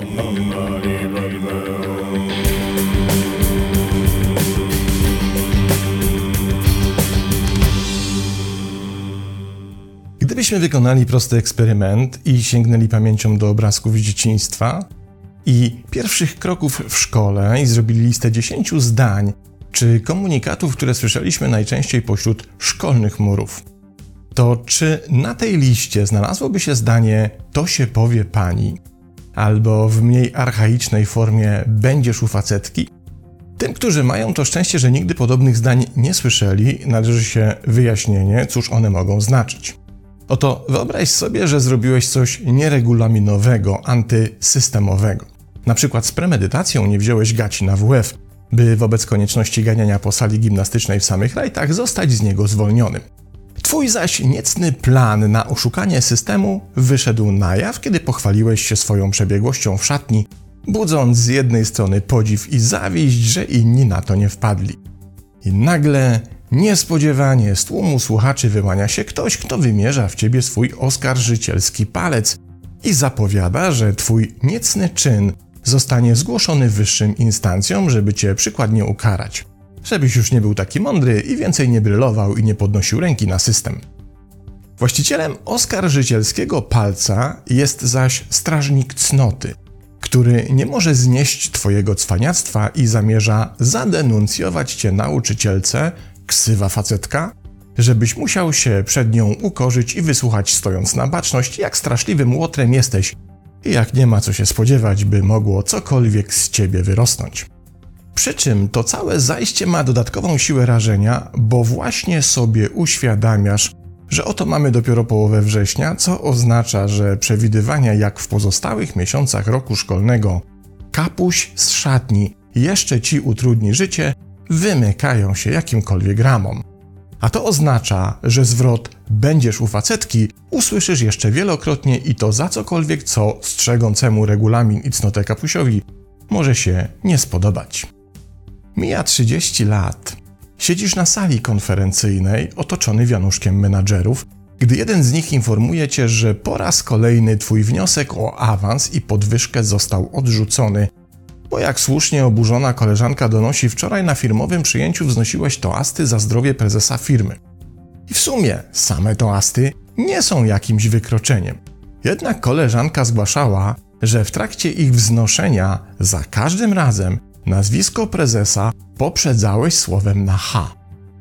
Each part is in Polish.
Gdybyśmy wykonali prosty eksperyment i sięgnęli pamięcią do obrazków z dzieciństwa i pierwszych kroków w szkole i zrobili listę 10 zdań czy komunikatów, które słyszeliśmy najczęściej pośród szkolnych murów, to czy na tej liście znalazłoby się zdanie „to się powie pani” albo w mniej archaicznej formie „będziesz u facetki”? Tym, którzy mają to szczęście, że nigdy podobnych zdań nie słyszeli, należy się wyjaśnienie, cóż one mogą znaczyć. Oto wyobraź sobie, że zrobiłeś coś nieregulaminowego, antysystemowego. Na przykład z premedytacją nie wziąłeś gaci na WF, by wobec konieczności ganiania po sali gimnastycznej w samych rajtach zostać z niego zwolnionym. Twój zaś niecny plan na oszukanie systemu wyszedł na jaw, kiedy pochwaliłeś się swoją przebiegłością w szatni, budząc z jednej strony podziw i zawiść, że inni na to nie wpadli. I nagle, niespodziewanie, z tłumu słuchaczy wyłania się ktoś, kto wymierza w ciebie swój oskarżycielski palec i zapowiada, że twój niecny czyn zostanie zgłoszony wyższym instancjom, żeby cię przykładnie ukarać. Żebyś już nie był taki mądry i więcej nie brylował i nie podnosił ręki na system. Właścicielem oskarżycielskiego palca jest zaś strażnik cnoty, który nie może znieść twojego cwaniactwa i zamierza zadenuncjować cię nauczycielce, ksywa facetka, żebyś musiał się przed nią ukorzyć i wysłuchać stojąc na baczność, jak straszliwym łotrem jesteś i jak nie ma co się spodziewać, by mogło cokolwiek z ciebie wyrosnąć. Przy czym to całe zajście ma dodatkową siłę rażenia, bo właśnie sobie uświadamiasz, że oto mamy dopiero połowę września, co oznacza, że przewidywania jak w pozostałych miesiącach roku szkolnego kapuś z szatni jeszcze ci utrudni życie, wymykają się jakimkolwiek ramom. A to oznacza, że zwrot „będziesz u facetki” usłyszysz jeszcze wielokrotnie i to za cokolwiek, co strzegącemu regulamin i cnotę kapusiowi może się nie spodobać. Mija 30 lat. Siedzisz na sali konferencyjnej otoczony wianuszkiem menadżerów, gdy jeden z nich informuje cię, że po raz kolejny twój wniosek o awans i podwyżkę został odrzucony, bo jak słusznie oburzona koleżanka donosi, wczoraj na firmowym przyjęciu wznosiłeś toasty za zdrowie prezesa firmy. I w sumie same toasty nie są jakimś wykroczeniem. Jednak koleżanka zgłaszała, że w trakcie ich wznoszenia za każdym razem nazwisko prezesa poprzedzałeś słowem na H.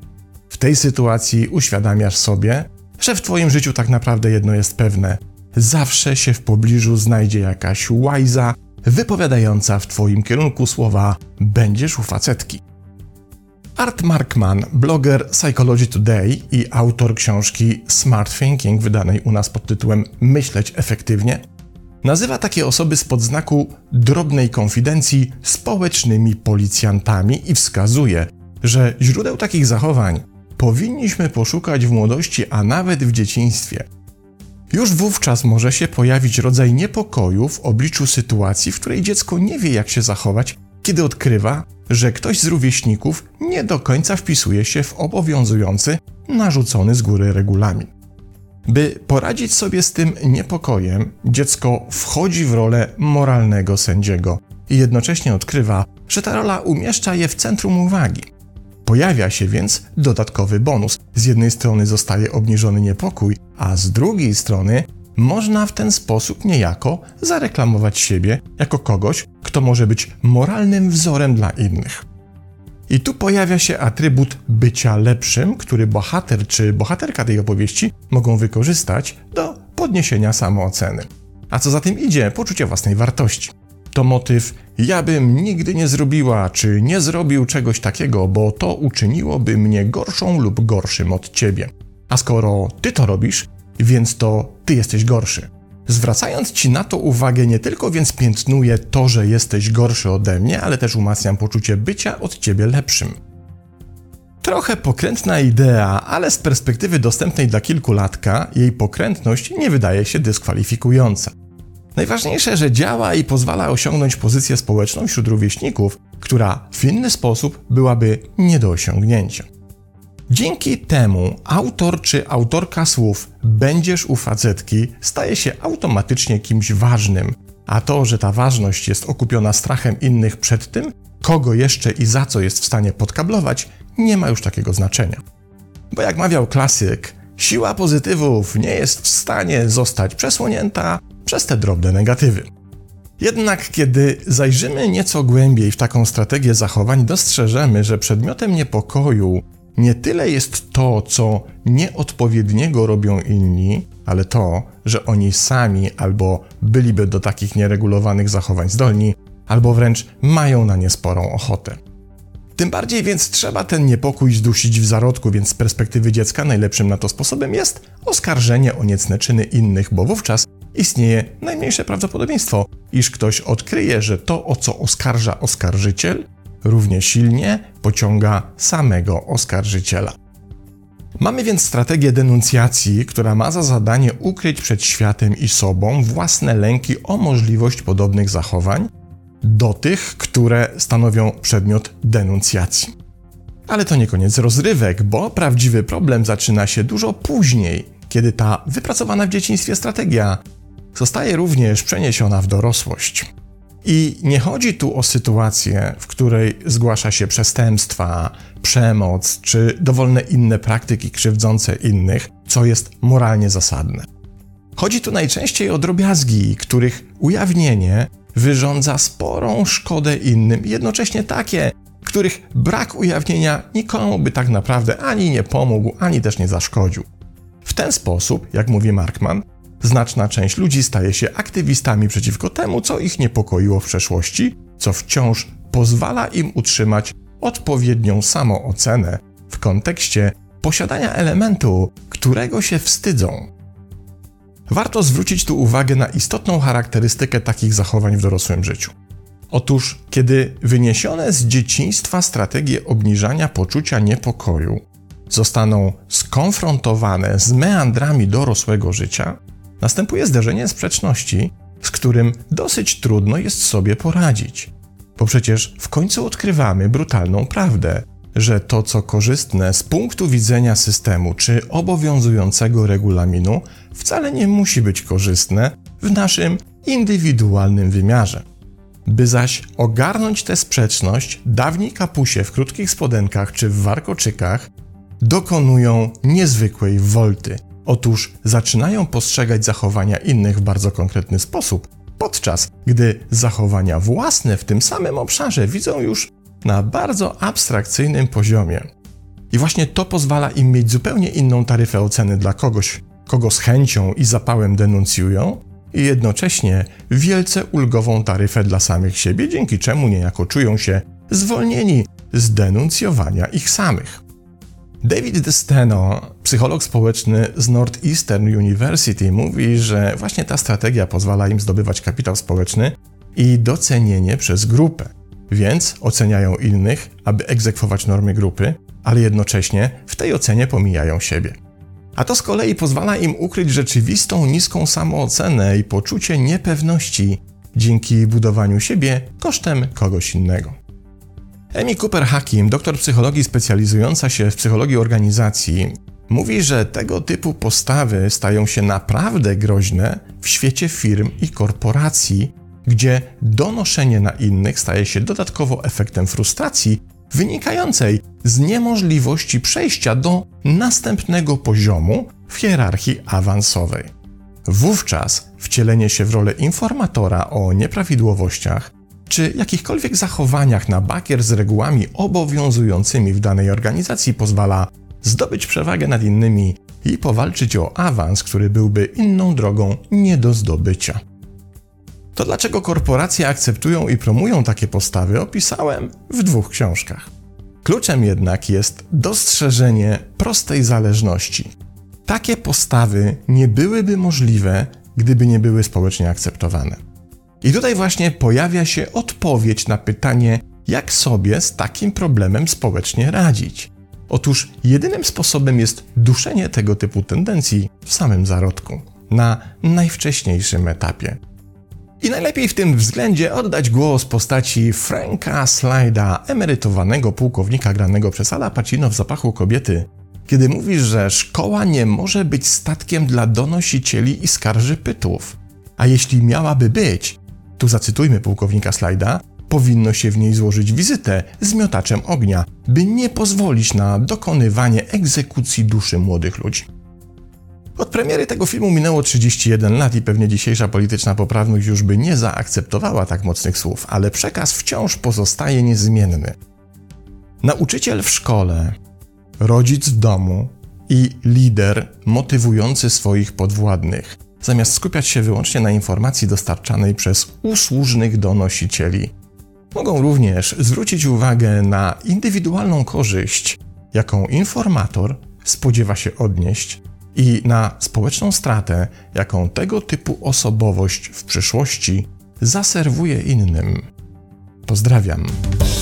W tej sytuacji uświadamiasz sobie, że w twoim życiu tak naprawdę jedno jest pewne. Zawsze się w pobliżu znajdzie jakaś łajza wypowiadająca w twoim kierunku słowa „będziesz u facetki”. Art Markman, bloger Psychology Today i autor książki Smart Thinking, wydanej u nas pod tytułem „Myśleć efektywnie”, nazywa takie osoby spod znaku drobnej konfidencji społecznymi policjantami i wskazuje, że źródeł takich zachowań powinniśmy poszukać w młodości, a nawet w dzieciństwie. Już wówczas może się pojawić rodzaj niepokoju w obliczu sytuacji, w której dziecko nie wie, jak się zachować, kiedy odkrywa, że ktoś z rówieśników nie do końca wpisuje się w obowiązujący, narzucony z góry regulamin. By poradzić sobie z tym niepokojem, dziecko wchodzi w rolę moralnego sędziego i jednocześnie odkrywa, że ta rola umieszcza je w centrum uwagi. Pojawia się więc dodatkowy bonus. Z jednej strony zostaje obniżony niepokój, a z drugiej strony można w ten sposób niejako zareklamować siebie jako kogoś, kto może być moralnym wzorem dla innych. I tu pojawia się atrybut bycia lepszym, który bohater czy bohaterka tej opowieści mogą wykorzystać do podniesienia samooceny. A co za tym idzie, poczucia własnej wartości. To motyw „ja bym nigdy nie zrobiła czy nie zrobił czegoś takiego, bo to uczyniłoby mnie gorszą lub gorszym od ciebie. A skoro ty to robisz, więc to ty jesteś gorszy”. Zwracając ci na to uwagę, nie tylko więc piętnuję to, że jesteś gorszy ode mnie, ale też umacniam poczucie bycia od ciebie lepszym. Trochę pokrętna idea, ale z perspektywy dostępnej dla kilkulatka jej pokrętność nie wydaje się dyskwalifikująca. Najważniejsze, że działa i pozwala osiągnąć pozycję społeczną wśród rówieśników, która w inny sposób byłaby nie do osiągnięcia. Dzięki temu autor czy autorka słów „będziesz u facetki” staje się automatycznie kimś ważnym, a to, że ta ważność jest okupiona strachem innych przed tym, kogo jeszcze i za co jest w stanie podkablować, nie ma już takiego znaczenia. Bo jak mawiał klasyk, siła pozytywów nie jest w stanie zostać przesłonięta przez te drobne negatywy. Jednak kiedy zajrzymy nieco głębiej w taką strategię zachowań, dostrzeżemy, że przedmiotem niepokoju nie tyle jest to, co nieodpowiedniego robią inni, ale to, że oni sami albo byliby do takich nieregulowanych zachowań zdolni, albo wręcz mają na nie sporą ochotę. Tym bardziej więc trzeba ten niepokój zdusić w zarodku, więc z perspektywy dziecka najlepszym na to sposobem jest oskarżenie o niecne czyny innych, bo wówczas istnieje najmniejsze prawdopodobieństwo, iż ktoś odkryje, że to, o co oskarża oskarżyciel, równie silnie pociąga samego oskarżyciela. Mamy więc strategię denuncjacji, która ma za zadanie ukryć przed światem i sobą własne lęki o możliwość podobnych zachowań do tych, które stanowią przedmiot denuncjacji. Ale to nie koniec rozrywek, bo prawdziwy problem zaczyna się dużo później, kiedy ta wypracowana w dzieciństwie strategia zostaje również przeniesiona w dorosłość. I nie chodzi tu o sytuację, w której zgłasza się przestępstwa, przemoc czy dowolne inne praktyki krzywdzące innych, co jest moralnie zasadne. Chodzi tu najczęściej o drobiazgi, których ujawnienie wyrządza sporą szkodę innym i jednocześnie takie, których brak ujawnienia nikomu by tak naprawdę ani nie pomógł, ani też nie zaszkodził. W ten sposób, jak mówi Markman, znaczna część ludzi staje się aktywistami przeciwko temu, co ich niepokoiło w przeszłości, co wciąż pozwala im utrzymać odpowiednią samoocenę w kontekście posiadania elementu, którego się wstydzą. Warto zwrócić tu uwagę na istotną charakterystykę takich zachowań w dorosłym życiu. Otóż, kiedy wyniesione z dzieciństwa strategie obniżania poczucia niepokoju zostaną skonfrontowane z meandrami dorosłego życia, następuje zderzenie sprzeczności, z którym dosyć trudno jest sobie poradzić. Bo przecież w końcu odkrywamy brutalną prawdę, że to, co korzystne z punktu widzenia systemu czy obowiązującego regulaminu, wcale nie musi być korzystne w naszym indywidualnym wymiarze. By zaś ogarnąć tę sprzeczność, dawni kapusie w krótkich spodenkach czy w warkoczykach dokonują niezwykłej wolty. Otóż zaczynają postrzegać zachowania innych w bardzo konkretny sposób, podczas gdy zachowania własne w tym samym obszarze widzą już na bardzo abstrakcyjnym poziomie. I właśnie to pozwala im mieć zupełnie inną taryfę oceny dla kogoś, kogo z chęcią i zapałem denuncjują, i jednocześnie wielce ulgową taryfę dla samych siebie, dzięki czemu niejako czują się zwolnieni z denuncjowania ich samych. David DeSteno, psycholog społeczny z Northeastern University, mówi, że właśnie ta strategia pozwala im zdobywać kapitał społeczny i docenienie przez grupę. Więc oceniają innych, aby egzekwować normy grupy, ale jednocześnie w tej ocenie pomijają siebie. A to z kolei pozwala im ukryć rzeczywistą niską samoocenę i poczucie niepewności dzięki budowaniu siebie kosztem kogoś innego. Amy Cooper Hakim, doktor psychologii specjalizująca się w psychologii organizacji, mówi, że tego typu postawy stają się naprawdę groźne w świecie firm i korporacji, gdzie donoszenie na innych staje się dodatkowo efektem frustracji wynikającej z niemożliwości przejścia do następnego poziomu w hierarchii awansowej. Wówczas wcielenie się w rolę informatora o nieprawidłowościach czy jakichkolwiek zachowaniach na bakier z regułami obowiązującymi w danej organizacji pozwala zdobyć przewagę nad innymi i powalczyć o awans, który byłby inną drogą nie do zdobycia. To dlaczego korporacje akceptują i promują takie postawy, opisałem w 2 książkach. Kluczem jednak jest dostrzeżenie prostej zależności. Takie postawy nie byłyby możliwe, gdyby nie były społecznie akceptowane. I tutaj właśnie pojawia się odpowiedź na pytanie, jak sobie z takim problemem społecznie radzić. Otóż jedynym sposobem jest duszenie tego typu tendencji w samym zarodku, na najwcześniejszym etapie. I najlepiej w tym względzie oddać głos postaci Franka Slyda, emerytowanego pułkownika granego przez Ala Pacino w Zapachu kobiety, kiedy mówi, że szkoła nie może być statkiem dla donosicieli i skarżypytów, a jeśli miałaby być, Tu zacytujmy pułkownika Slajda: powinno się w niej złożyć wizytę z miotaczem ognia, by nie pozwolić na dokonywanie egzekucji duszy młodych ludzi. Od premiery tego filmu minęło 31 lat i pewnie dzisiejsza polityczna poprawność już by nie zaakceptowała tak mocnych słów, ale przekaz wciąż pozostaje niezmienny. Nauczyciel w szkole, rodzic w domu i lider motywujący swoich podwładnych, zamiast skupiać się wyłącznie na informacji dostarczanej przez usłużnych donosicieli, mogą również zwrócić uwagę na indywidualną korzyść, jaką informator spodziewa się odnieść, i na społeczną stratę, jaką tego typu osobowość w przyszłości zaserwuje innym. Pozdrawiam.